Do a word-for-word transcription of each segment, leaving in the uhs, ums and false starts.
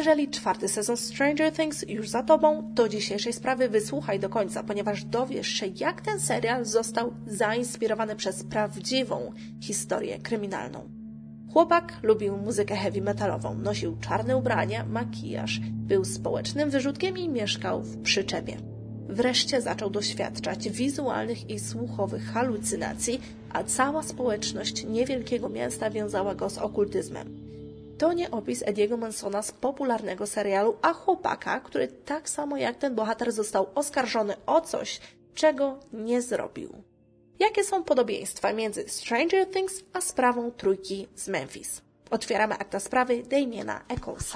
Jeżeli czwarty sezon Stranger Things już za Tobą, to dzisiejszej sprawy wysłuchaj do końca, ponieważ dowiesz się, jak ten serial został zainspirowany przez prawdziwą historię kryminalną. Chłopak lubił muzykę heavy metalową, nosił czarne ubrania, makijaż, był społecznym wyrzutkiem i mieszkał w przyczepie. Wreszcie zaczął doświadczać wizualnych i słuchowych halucynacji, a cała społeczność niewielkiego miasta wiązała go z okultyzmem. To nie opis Ediego Mansona z popularnego serialu, a chłopaka, który tak samo jak ten bohater został oskarżony o coś, czego nie zrobił. Jakie są podobieństwa między Stranger Things a sprawą trójki z Memphis? Otwieramy akta sprawy Damiena Ecclesa.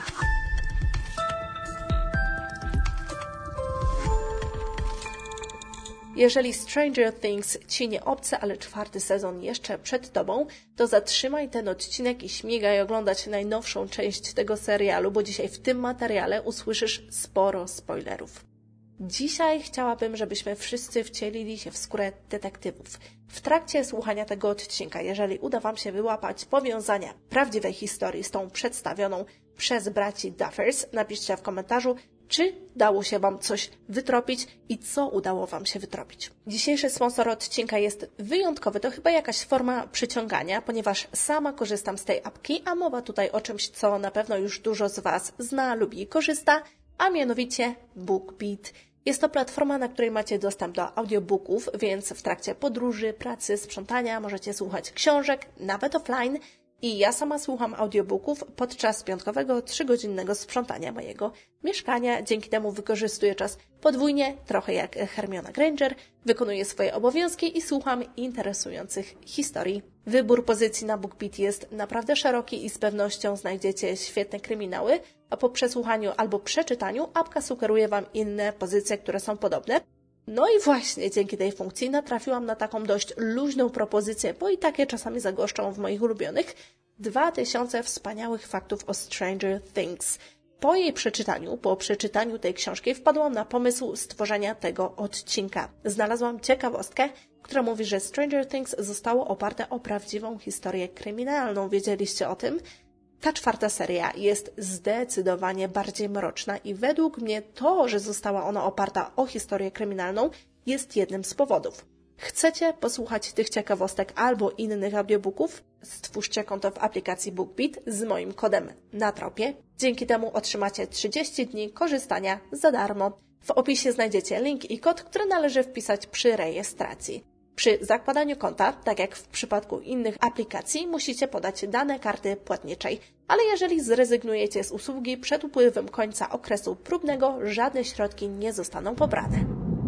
Jeżeli Stranger Things Ci nie obce, ale czwarty sezon jeszcze przed Tobą, to zatrzymaj ten odcinek i śmigaj oglądać najnowszą część tego serialu, bo dzisiaj w tym materiale usłyszysz sporo spoilerów. Dzisiaj chciałabym, żebyśmy wszyscy wcielili się w skórę detektywów. W trakcie słuchania tego odcinka, jeżeli uda Wam się wyłapać powiązania prawdziwej historii z tą przedstawioną przez braci Duffers, napiszcie w komentarzu, czy dało się Wam coś wytropić i co udało Wam się wytropić. Dzisiejszy sponsor odcinka jest wyjątkowy, to chyba jakaś forma przyciągania, ponieważ sama korzystam z tej apki, a mowa tutaj o czymś, co na pewno już dużo z Was zna, lubi i korzysta, a mianowicie BookBeat. Jest to platforma, na której macie dostęp do audiobooków, więc w trakcie podróży, pracy, sprzątania możecie słuchać książek, nawet offline. I ja sama słucham audiobooków podczas piątkowego, trzygodzinnego sprzątania mojego mieszkania. Dzięki temu wykorzystuję czas podwójnie, trochę jak Hermiona Granger, wykonuję swoje obowiązki i słucham interesujących historii. Wybór pozycji na BookBeat jest naprawdę szeroki i z pewnością znajdziecie świetne kryminały, a po przesłuchaniu albo przeczytaniu apka sugeruje Wam inne pozycje, które są podobne. No i właśnie dzięki tej funkcji natrafiłam na taką dość luźną propozycję, bo i takie czasami zagoszczą w moich ulubionych, dwa tysiące wspaniałych faktów o Stranger Things. Po jej przeczytaniu, po przeczytaniu tej książki wpadłam na pomysł stworzenia tego odcinka. Znalazłam ciekawostkę, która mówi, że Stranger Things zostało oparte o prawdziwą historię kryminalną. Wiedzieliście o tym? Ta czwarta seria jest zdecydowanie bardziej mroczna i według mnie to, że została ona oparta o historię kryminalną, jest jednym z powodów. Chcecie posłuchać tych ciekawostek albo innych audiobooków? Stwórzcie konto w aplikacji BookBeat z moim kodem na tropie. Dzięki temu otrzymacie trzydzieści dni korzystania za darmo. W opisie znajdziecie link i kod, który należy wpisać przy rejestracji. Przy zakładaniu konta, tak jak w przypadku innych aplikacji, musicie podać dane karty płatniczej, ale jeżeli zrezygnujecie z usługi przed upływem końca okresu próbnego, żadne środki nie zostaną pobrane.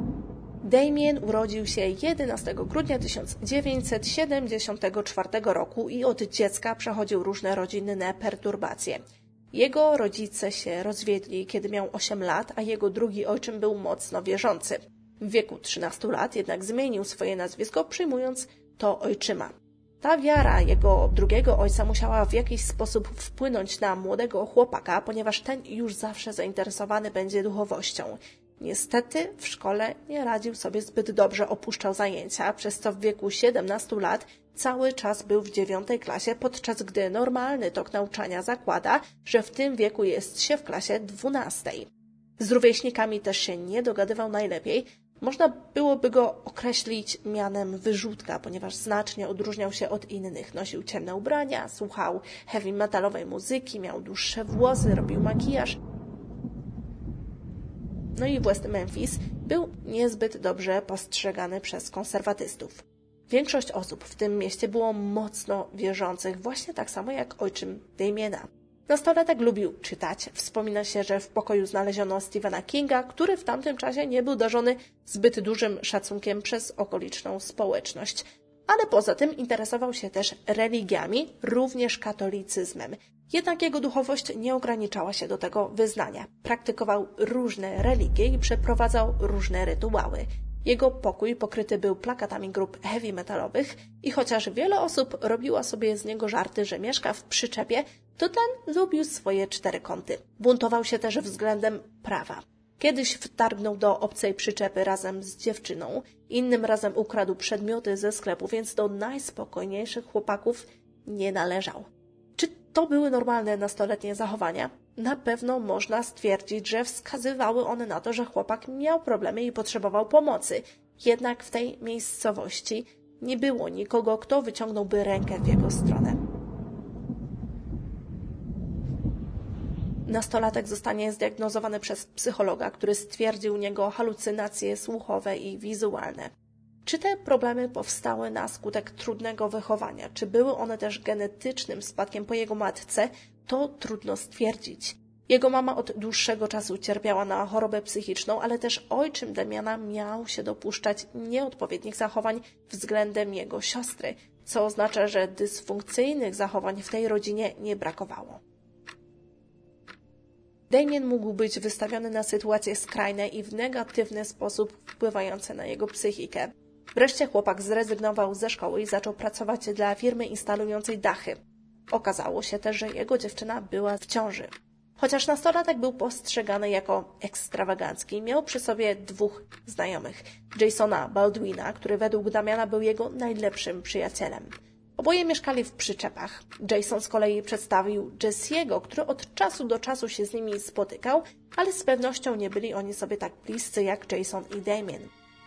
Damien urodził się jedenastego grudnia tysiąc dziewięćset siedemdziesiątego czwartego roku i od dziecka przechodził różne rodzinne perturbacje. Jego rodzice się rozwiedli, kiedy miał osiem lat, a jego drugi ojczym był mocno wierzący. W wieku trzynastu lat jednak zmienił swoje nazwisko, przyjmując to ojczyma. Ta wiara jego drugiego ojca musiała w jakiś sposób wpłynąć na młodego chłopaka, ponieważ ten już zawsze zainteresowany będzie duchowością. Niestety w szkole nie radził sobie zbyt dobrze, opuszczał zajęcia, przez co w wieku siedemnastu lat cały czas był w dziewiątej klasie, podczas gdy normalny tok nauczania zakłada, że w tym wieku jest się w klasie dwunastej. Z rówieśnikami też się nie dogadywał najlepiej. Można byłoby go określić mianem wyrzutka, ponieważ znacznie odróżniał się od innych. Nosił ciemne ubrania, słuchał heavy metalowej muzyki, miał dłuższe włosy, robił makijaż. No i w West Memphis był niezbyt dobrze postrzegany przez konserwatystów. Większość osób w tym mieście było mocno wierzących, właśnie tak samo jak ojczym Damiena. Nastolatek lubił czytać. Wspomina się, że w pokoju znaleziono Stephena Kinga, który w tamtym czasie nie był darzony zbyt dużym szacunkiem przez okoliczną społeczność. Ale poza tym interesował się też religiami, również katolicyzmem. Jednak jego duchowość nie ograniczała się do tego wyznania. Praktykował różne religie i przeprowadzał różne rytuały. Jego pokój pokryty był plakatami grup heavy metalowych i chociaż wiele osób robiło sobie z niego żarty, że mieszka w przyczepie, to ten lubił swoje cztery kąty. Buntował się też względem prawa. Kiedyś wtargnął do obcej przyczepy razem z dziewczyną, innym razem ukradł przedmioty ze sklepu, więc do najspokojniejszych chłopaków nie należał. Czy to były normalne nastoletnie zachowania? na pewno można stwierdzić, że wskazywały one na to, że chłopak miał problemy i potrzebował pomocy. Jednak w tej miejscowości nie było nikogo, kto wyciągnąłby rękę w jego stronę. Nastolatek zostanie zdiagnozowany przez psychologa, który stwierdził u niego halucynacje słuchowe i wizualne. Czy te problemy powstały na skutek trudnego wychowania? Czy były one też genetycznym spadkiem po jego matce? To trudno stwierdzić. Jego mama od dłuższego czasu cierpiała na chorobę psychiczną, ale też ojczym Damiana miał się dopuszczać nieodpowiednich zachowań względem jego siostry, co oznacza, że dysfunkcyjnych zachowań w tej rodzinie nie brakowało. Damien mógł być wystawiony na sytuacje skrajne i w negatywny sposób wpływające na jego psychikę. Wreszcie chłopak zrezygnował ze szkoły i zaczął pracować dla firmy instalującej dachy. Okazało się też, że jego dziewczyna była w ciąży. Chociaż nastolatek był postrzegany jako ekstrawagancki, miał przy sobie dwóch znajomych. Jasona Baldwina, który według Damiana był jego najlepszym przyjacielem. Oboje mieszkali w przyczepach. Jason z kolei przedstawił Jesse'ego, który od czasu do czasu się z nimi spotykał, ale z pewnością nie byli oni sobie tak bliscy jak Jason i Damien.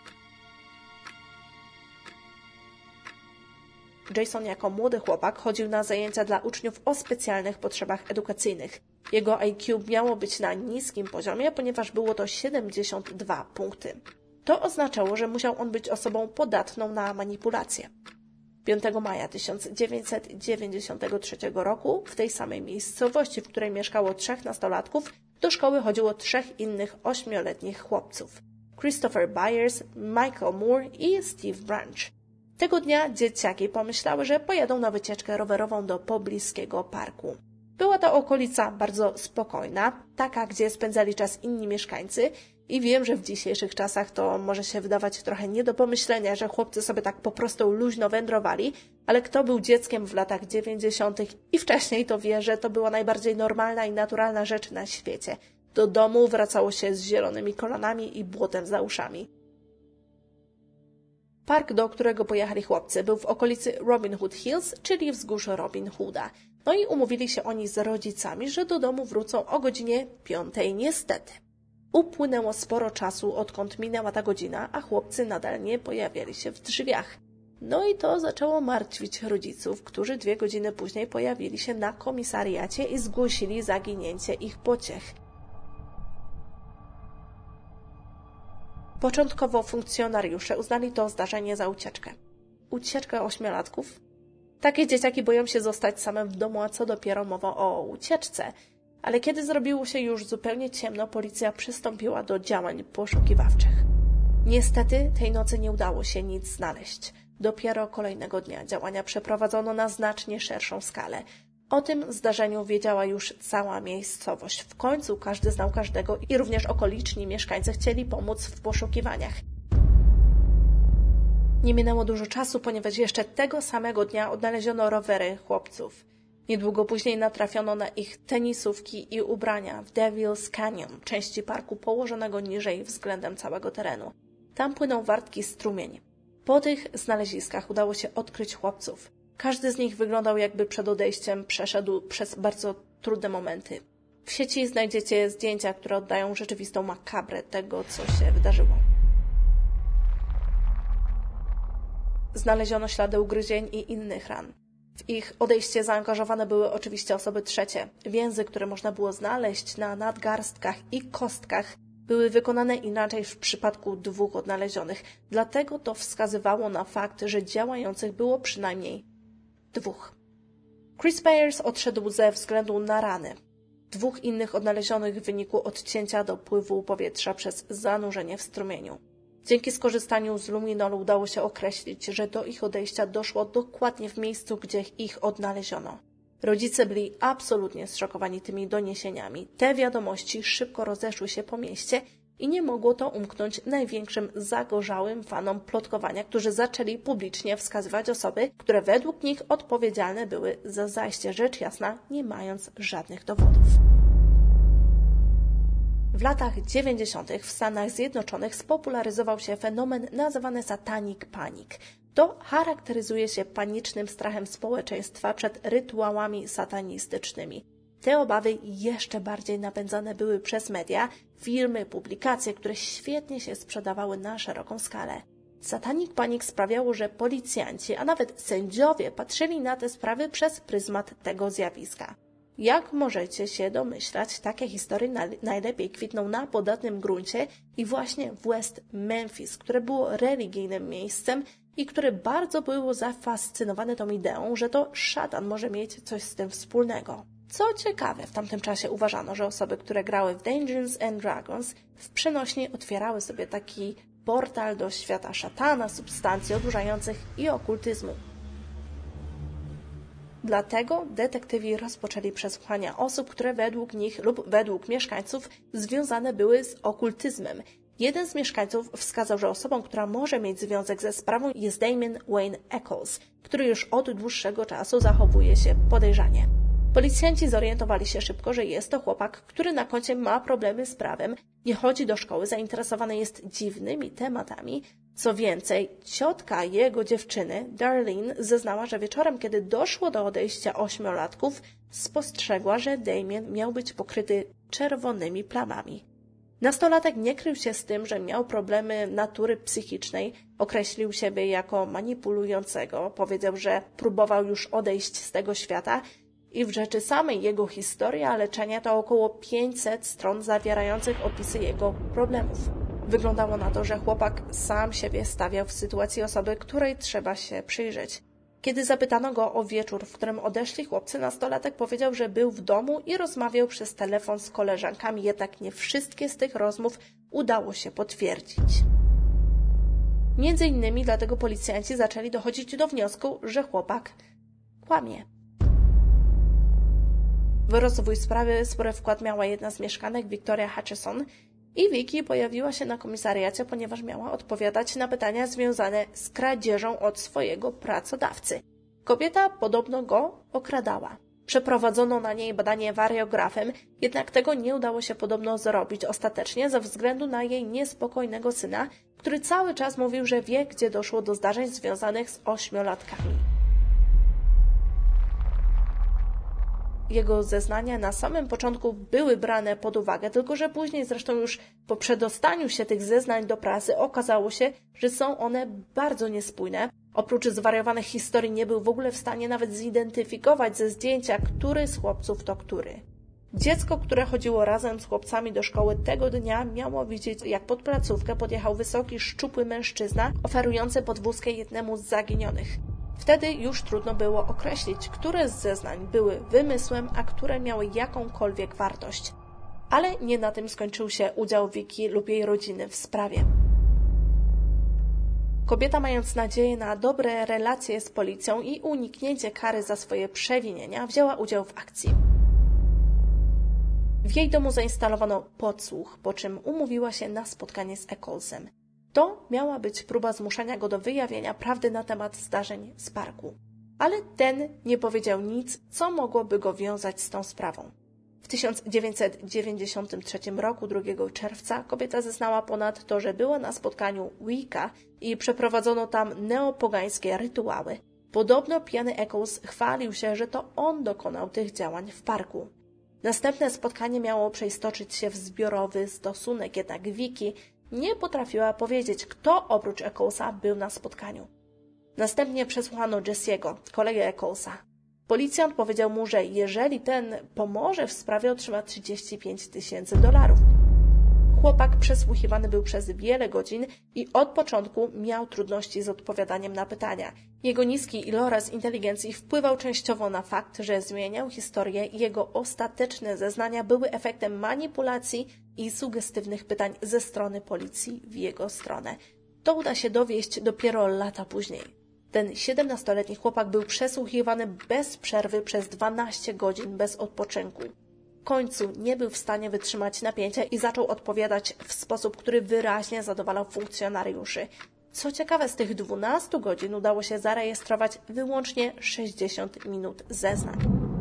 Jason jako młody chłopak chodził na zajęcia dla uczniów o specjalnych potrzebach edukacyjnych. Jego I Q miało być na niskim poziomie, ponieważ było to siedemdziesiąt dwa punkty. To oznaczało, że musiał on być osobą podatną na manipulacje. piątego maja tysiąc dziewięćset dziewięćdziesiątego trzeciego roku w tej samej miejscowości, w której mieszkało trzech nastolatków, do szkoły chodziło trzech innych ośmioletnich chłopców. Christopher Byers, Michael Moore i Steve Branch. Tego dnia dzieciaki pomyślały, że pojadą na wycieczkę rowerową do pobliskiego parku. Była to okolica bardzo spokojna, taka, gdzie spędzali czas inni mieszkańcy i wiem, że w dzisiejszych czasach to może się wydawać trochę nie do pomyślenia, że chłopcy sobie tak po prostu luźno wędrowali, ale kto był dzieckiem w latach dziewięćdziesiątych i wcześniej, to wie, że to była najbardziej normalna i naturalna rzecz na świecie. Do domu wracało się z zielonymi kolanami i błotem za uszami. Park, do którego pojechali chłopcy, był w okolicy Robin Hood Hills, czyli wzgórz Robin Hooda. No i umówili się oni z rodzicami, że do domu wrócą o godzinie piątej niestety. Upłynęło sporo czasu, odkąd minęła ta godzina, a chłopcy nadal nie pojawiali się w drzwiach. No i to zaczęło martwić rodziców, którzy dwie godziny później pojawili się na komisariacie i zgłosili zaginięcie ich pociech. Początkowo funkcjonariusze uznali to zdarzenie za ucieczkę. Ucieczkę ośmiolatków? Takie dzieciaki boją się zostać samym w domu, a co dopiero mowa o ucieczce. Ale kiedy zrobiło się już zupełnie ciemno, policja przystąpiła do działań poszukiwawczych. Niestety tej nocy nie udało się nic znaleźć. Dopiero kolejnego dnia działania przeprowadzono na znacznie szerszą skalę. O tym zdarzeniu wiedziała już cała miejscowość. W końcu każdy znał każdego i również okoliczni mieszkańcy chcieli pomóc w poszukiwaniach. Nie minęło dużo czasu, ponieważ jeszcze tego samego dnia odnaleziono rowery chłopców. Niedługo później natrafiono na ich tenisówki i ubrania w Devil's Canyon, części parku położonego niżej względem całego terenu. Tam płynął wartki strumień. Po tych znaleziskach udało się odkryć chłopców. Każdy z nich wyglądał, jakby przed odejściem przeszedł przez bardzo trudne momenty. W sieci znajdziecie zdjęcia, które oddają rzeczywistą makabrę tego, co się wydarzyło. Znaleziono ślady ugryzień i innych ran. W ich odejście zaangażowane były oczywiście osoby trzecie. Więzy, które można było znaleźć na nadgarstkach i kostkach, były wykonane inaczej w przypadku dwóch odnalezionych. Dlatego to wskazywało na fakt, że działających było przynajmniej dwóch. Chris Byers odszedł ze względu na rany. Dwóch innych odnalezionych w wyniku odcięcia dopływu powietrza przez zanurzenie w strumieniu. Dzięki skorzystaniu z luminolu udało się określić, że do ich odejścia doszło dokładnie w miejscu, gdzie ich odnaleziono. Rodzice byli absolutnie zszokowani tymi doniesieniami. Te wiadomości szybko rozeszły się po mieście i nie mogło to umknąć największym zagorzałym fanom plotkowania, którzy zaczęli publicznie wskazywać osoby, które według nich odpowiedzialne były za zajście, rzecz jasna, nie mając żadnych dowodów. W latach dziewięćdziesiątych w Stanach Zjednoczonych spopularyzował się fenomen nazywany Satanic Panic. To charakteryzuje się panicznym strachem społeczeństwa przed rytuałami satanistycznymi. Te obawy jeszcze bardziej napędzane były przez media, filmy, publikacje, które świetnie się sprzedawały na szeroką skalę. Satanic Panic sprawiało, że policjanci, a nawet sędziowie patrzyli na te sprawy przez pryzmat tego zjawiska. Jak możecie się domyślać, takie historie najlepiej kwitną na podatnym gruncie i właśnie w West Memphis, które było religijnym miejscem i które bardzo było zafascynowane tą ideą, że to szatan może mieć coś z tym wspólnego. Co ciekawe, w tamtym czasie uważano, że osoby, które grały w Dungeons and Dragons w przenośni otwierały sobie taki portal do świata szatana, substancji odurzających i okultyzmu. Dlatego detektywi rozpoczęli przesłuchania osób, które według nich lub według mieszkańców związane były z okultyzmem. Jeden z mieszkańców wskazał, że osobą, która może mieć związek ze sprawą, jest Damien Wayne Eccles, który już od dłuższego czasu zachowuje się podejrzanie. Policjanci zorientowali się szybko, że jest to chłopak, który na koncie ma problemy z prawem, nie chodzi do szkoły, zainteresowany jest dziwnymi tematami. Co więcej, ciotka jego dziewczyny, Darlene, zeznała, że wieczorem, kiedy doszło do odejścia ośmiolatków, spostrzegła, że Damien miał być pokryty czerwonymi plamami. Nastolatek nie krył się z tym, że miał problemy natury psychicznej, określił siebie jako manipulującego, powiedział, że próbował już odejść z tego świata i w rzeczy samej jego historia leczenia to około pięćset stron zawierających opisy jego problemów. Wyglądało na to, że chłopak sam siebie stawiał w sytuacji osoby, której trzeba się przyjrzeć. Kiedy zapytano go o wieczór, w którym odeszli chłopcy, nastolatek powiedział, że był w domu i rozmawiał przez telefon z koleżankami, jednak nie wszystkie z tych rozmów udało się potwierdzić. Między innymi dlatego policjanci zaczęli dochodzić do wniosku, że chłopak kłamie. W rozwój sprawy spory wkład miała jedna z mieszkanek, Victoria Hutchison, i Vicky pojawiła się na komisariacie, ponieważ miała odpowiadać na pytania związane z kradzieżą od swojego pracodawcy. Kobieta podobno go okradała. Przeprowadzono na niej badanie wariografem, jednak tego nie udało się podobno zrobić ostatecznie ze względu na jej niespokojnego syna, który cały czas mówił, że wie, gdzie doszło do zdarzeń związanych z ośmiolatkami. Jego zeznania na samym początku były brane pod uwagę, tylko że później, zresztą już po przedostaniu się tych zeznań do prasy, okazało się, że są one bardzo niespójne. Oprócz zwariowanych historii nie był w ogóle w stanie nawet zidentyfikować ze zdjęcia, który z chłopców to który. Dziecko, które chodziło razem z chłopcami do szkoły tego dnia, miało widzieć, jak pod placówkę podjechał wysoki, szczupły mężczyzna, oferujący podwózkę jednemu z zaginionych. Wtedy już trudno było określić, które z zeznań były wymysłem, a które miały jakąkolwiek wartość. Ale nie na tym skończył się udział Vicky lub jej rodziny w sprawie. Kobieta, mając nadzieję na dobre relacje z policją i uniknięcie kary za swoje przewinienia, wzięła udział w akcji. W jej domu zainstalowano podsłuch, po czym umówiła się na spotkanie z Ecclesem. To miała być próba zmuszenia go do wyjawienia prawdy na temat zdarzeń z parku. Ale ten nie powiedział nic, co mogłoby go wiązać z tą sprawą. W tysiąc dziewięćset dziewięćdziesiątym trzecim roku, drugiego czerwca, kobieta zeznała ponadto, że była na spotkaniu Wicca i przeprowadzono tam neopogańskie rytuały. Podobno pijany Eccles chwalił się, że to on dokonał tych działań w parku. Następne spotkanie miało przeistoczyć się w zbiorowy stosunek, jednak Vicky nie potrafiła powiedzieć, kto oprócz Ecclesa był na spotkaniu. Następnie przesłuchano Jesse'ego, kolegę Ecclesa. Policjant powiedział mu, że jeżeli ten pomoże w sprawie, otrzyma trzydzieści pięć tysięcy dolarów. Chłopak przesłuchiwany był przez wiele godzin i od początku miał trudności z odpowiadaniem na pytania. Jego niski iloraz inteligencji wpływał częściowo na fakt, że zmieniał historię i jego ostateczne zeznania były efektem manipulacji i sugestywnych pytań ze strony policji w jego stronę. To uda się dowieść dopiero lata później. Ten siedemnastoletni chłopak był przesłuchiwany bez przerwy przez dwanaście godzin bez odpoczynku. W końcu nie był w stanie wytrzymać napięcia i zaczął odpowiadać w sposób, który wyraźnie zadowalał funkcjonariuszy. Co ciekawe, z tych dwunastu godzin udało się zarejestrować wyłącznie sześćdziesiąt minut zeznań.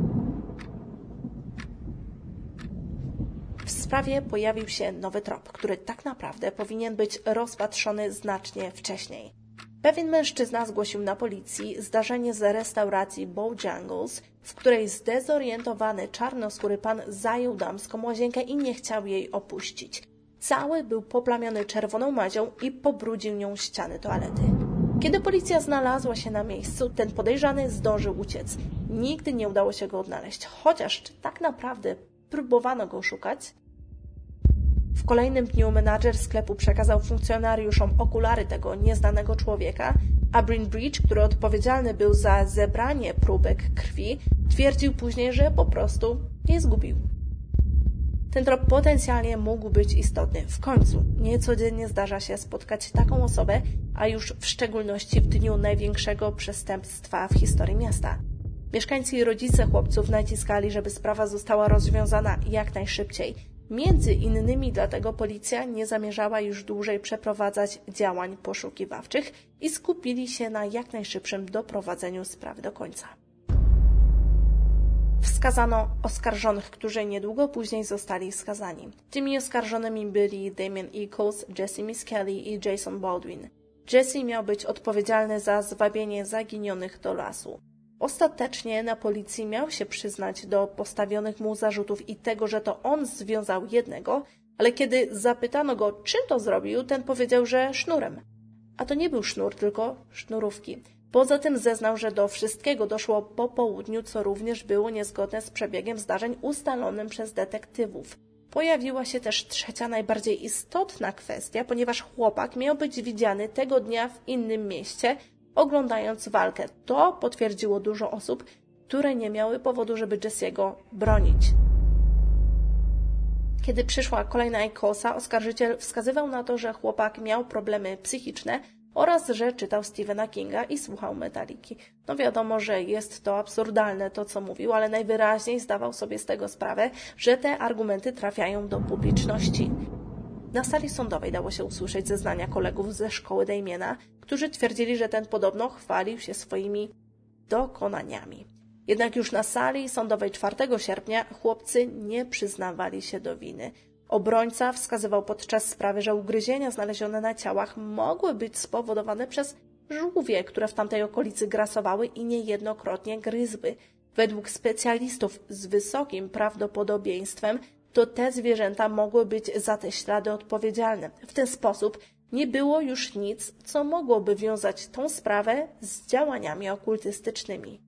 W sprawie pojawił się nowy trop, który tak naprawdę powinien być rozpatrzony znacznie wcześniej. Pewien mężczyzna zgłosił na policji zdarzenie z restauracji Bojangles, w której zdezorientowany czarnoskóry pan zajął damską łazienkę i nie chciał jej opuścić. Cały był poplamiony czerwoną mazią i pobrudził nią ściany toalety. Kiedy policja znalazła się na miejscu, ten podejrzany zdążył uciec. Nigdy nie udało się go odnaleźć, chociaż czy tak naprawdę próbowano go szukać? W kolejnym dniu menadżer sklepu przekazał funkcjonariuszom okulary tego nieznanego człowieka, a Bridge, który odpowiedzialny był za zebranie próbek krwi, twierdził później, że po prostu je zgubił. Ten trop potencjalnie mógł być istotny. W końcu niecodziennie zdarza się spotkać taką osobę, a już w szczególności w dniu największego przestępstwa w historii miasta. Mieszkańcy i rodzice chłopców naciskali, żeby sprawa została rozwiązana jak najszybciej. Między innymi dlatego policja nie zamierzała już dłużej przeprowadzać działań poszukiwawczych i skupili się na jak najszybszym doprowadzeniu sprawy do końca. Wskazano oskarżonych, którzy niedługo później zostali skazani. Tymi oskarżonymi byli Damien Echols, Jesse Misskelley i Jason Baldwin. Jesse miał być odpowiedzialny za zwabienie zaginionych do lasu. Ostatecznie na policji miał się przyznać do postawionych mu zarzutów i tego, że to on związał jednego, ale kiedy zapytano go, czym to zrobił, ten powiedział, że sznurem. A to nie był sznur, tylko sznurówki. Poza tym zeznał, że do wszystkiego doszło po południu, co również było niezgodne z przebiegiem zdarzeń ustalonym przez detektywów. Pojawiła się też trzecia, najbardziej istotna kwestia, ponieważ chłopak miał być widziany tego dnia w innym mieście, oglądając walkę. To potwierdziło dużo osób, które nie miały powodu, żeby Jesse'ego bronić. Kiedy przyszła kolejna Echolsa, oskarżyciel wskazywał na to, że chłopak miał problemy psychiczne oraz że czytał Stephena Kinga i słuchał Metaliki. No wiadomo, że jest to absurdalne to, co mówił, ale najwyraźniej zdawał sobie z tego sprawę, że te argumenty trafiają do publiczności. Na sali sądowej dało się usłyszeć zeznania kolegów ze szkoły Damiena, którzy twierdzili, że ten podobno chwalił się swoimi dokonaniami. Jednak już na sali sądowej czwartego sierpnia chłopcy nie przyznawali się do winy. Obrońca wskazywał podczas sprawy, że ugryzienia znalezione na ciałach mogły być spowodowane przez żółwie, które w tamtej okolicy grasowały i niejednokrotnie gryzły. Według specjalistów z wysokim prawdopodobieństwem to te zwierzęta mogły być za te ślady odpowiedzialne. W ten sposób nie było już nic, co mogłoby wiązać tą sprawę z działaniami okultystycznymi.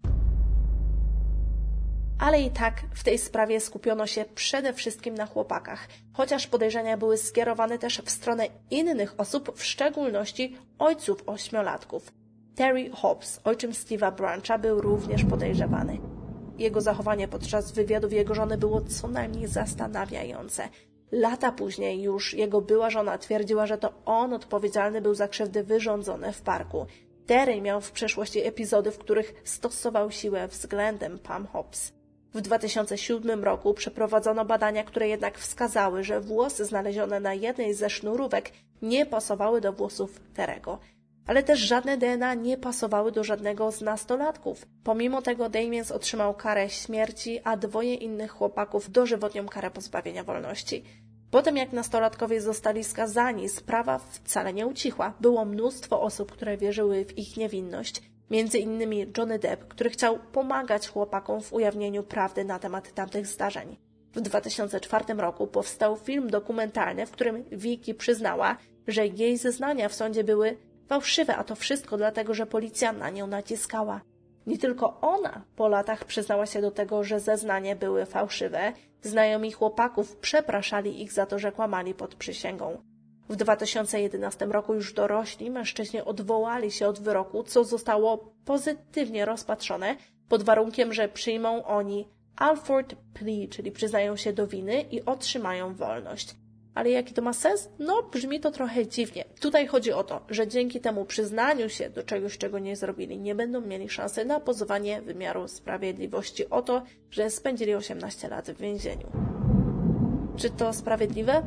Ale i tak w tej sprawie skupiono się przede wszystkim na chłopakach, chociaż podejrzenia były skierowane też w stronę innych osób, w szczególności ojców ośmiolatków. Terry Hobbs, ojczym Steve'a Brancha, był również podejrzewany. Jego zachowanie podczas wywiadów jego żony było co najmniej zastanawiające. Lata później już jego była żona twierdziła, że to on odpowiedzialny był za krzywdy wyrządzone w parku. Terry miał w przeszłości epizody, w których stosował siłę względem Pam Hobbs. W dwa tysiące siódmym roku przeprowadzono badania, które jednak wskazały, że włosy znalezione na jednej ze sznurówek nie pasowały do włosów Terego. Ale też żadne D N A nie pasowały do żadnego z nastolatków. Pomimo tego Damiens otrzymał karę śmierci, a dwoje innych chłopaków dożywotnią karę pozbawienia wolności. Potem jak nastolatkowie zostali skazani, sprawa wcale nie ucichła. Było mnóstwo osób, które wierzyły w ich niewinność, między innymi Johnny Depp, który chciał pomagać chłopakom w ujawnieniu prawdy na temat tamtych zdarzeń. W dwa tysiące czwartym roku powstał film dokumentalny, w którym Vicky przyznała, że jej zeznania w sądzie były fałszywe, a to wszystko dlatego, że policja na nią naciskała. Nie tylko ona po latach przyznała się do tego, że zeznania były fałszywe. Znajomi chłopaków przepraszali ich za to, że kłamali pod przysięgą. W dwa tysiące jedenastym roku już dorośli mężczyźni odwołali się od wyroku, co zostało pozytywnie rozpatrzone pod warunkiem, że przyjmą oni Alford plea, czyli przyznają się do winy i otrzymają wolność. Ale jaki to ma sens? No, brzmi to trochę dziwnie. Tutaj chodzi o to, że dzięki temu przyznaniu się do czegoś, czego nie zrobili, nie będą mieli szansy na pozwanie wymiaru sprawiedliwości o to, że spędzili osiemnaście lat w więzieniu. Czy to sprawiedliwe?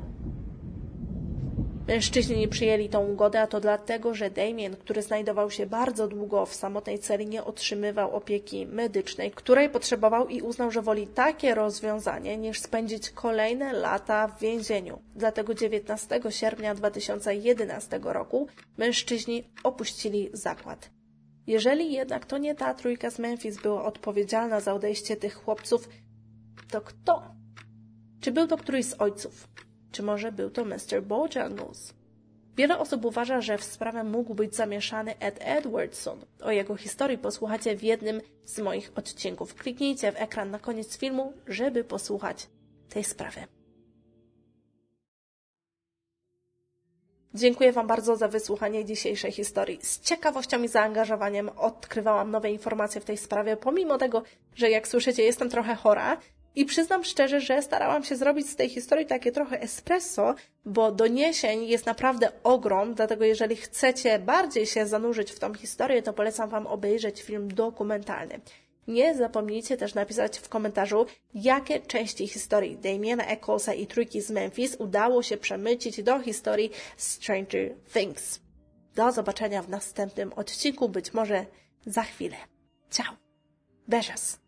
Mężczyźni nie przyjęli tą ugodę, a to dlatego, że Damien, który znajdował się bardzo długo w samotnej celi, nie otrzymywał opieki medycznej, której potrzebował i uznał, że woli takie rozwiązanie, niż spędzić kolejne lata w więzieniu. Dlatego dziewiętnastego sierpnia dwa tysiące jedenastego roku mężczyźni opuścili zakład. Jeżeli jednak to nie ta trójka z Memphis była odpowiedzialna za odejście tych chłopców, to kto? Czy był to któryś z ojców? Czy może był to mister Bojangles? Wiele osób uważa, że w sprawę mógł być zamieszany Ed Edwardson. O jego historii posłuchacie w jednym z moich odcinków. Kliknijcie w ekran na koniec filmu, żeby posłuchać tej sprawy. Dziękuję Wam bardzo za wysłuchanie dzisiejszej historii. Z ciekawością i zaangażowaniem odkrywałam nowe informacje w tej sprawie, pomimo tego, że jak słyszycie, jestem trochę chora. I przyznam szczerze, że starałam się zrobić z tej historii takie trochę espresso, bo doniesień jest naprawdę ogrom, dlatego jeżeli chcecie bardziej się zanurzyć w tą historię, to polecam Wam obejrzeć film dokumentalny. Nie zapomnijcie też napisać w komentarzu, jakie części historii Damiena Ecclesa i trójki z Memphis udało się przemycić do historii Stranger Things. Do zobaczenia w następnym odcinku, być może za chwilę. Ciao! Beijos!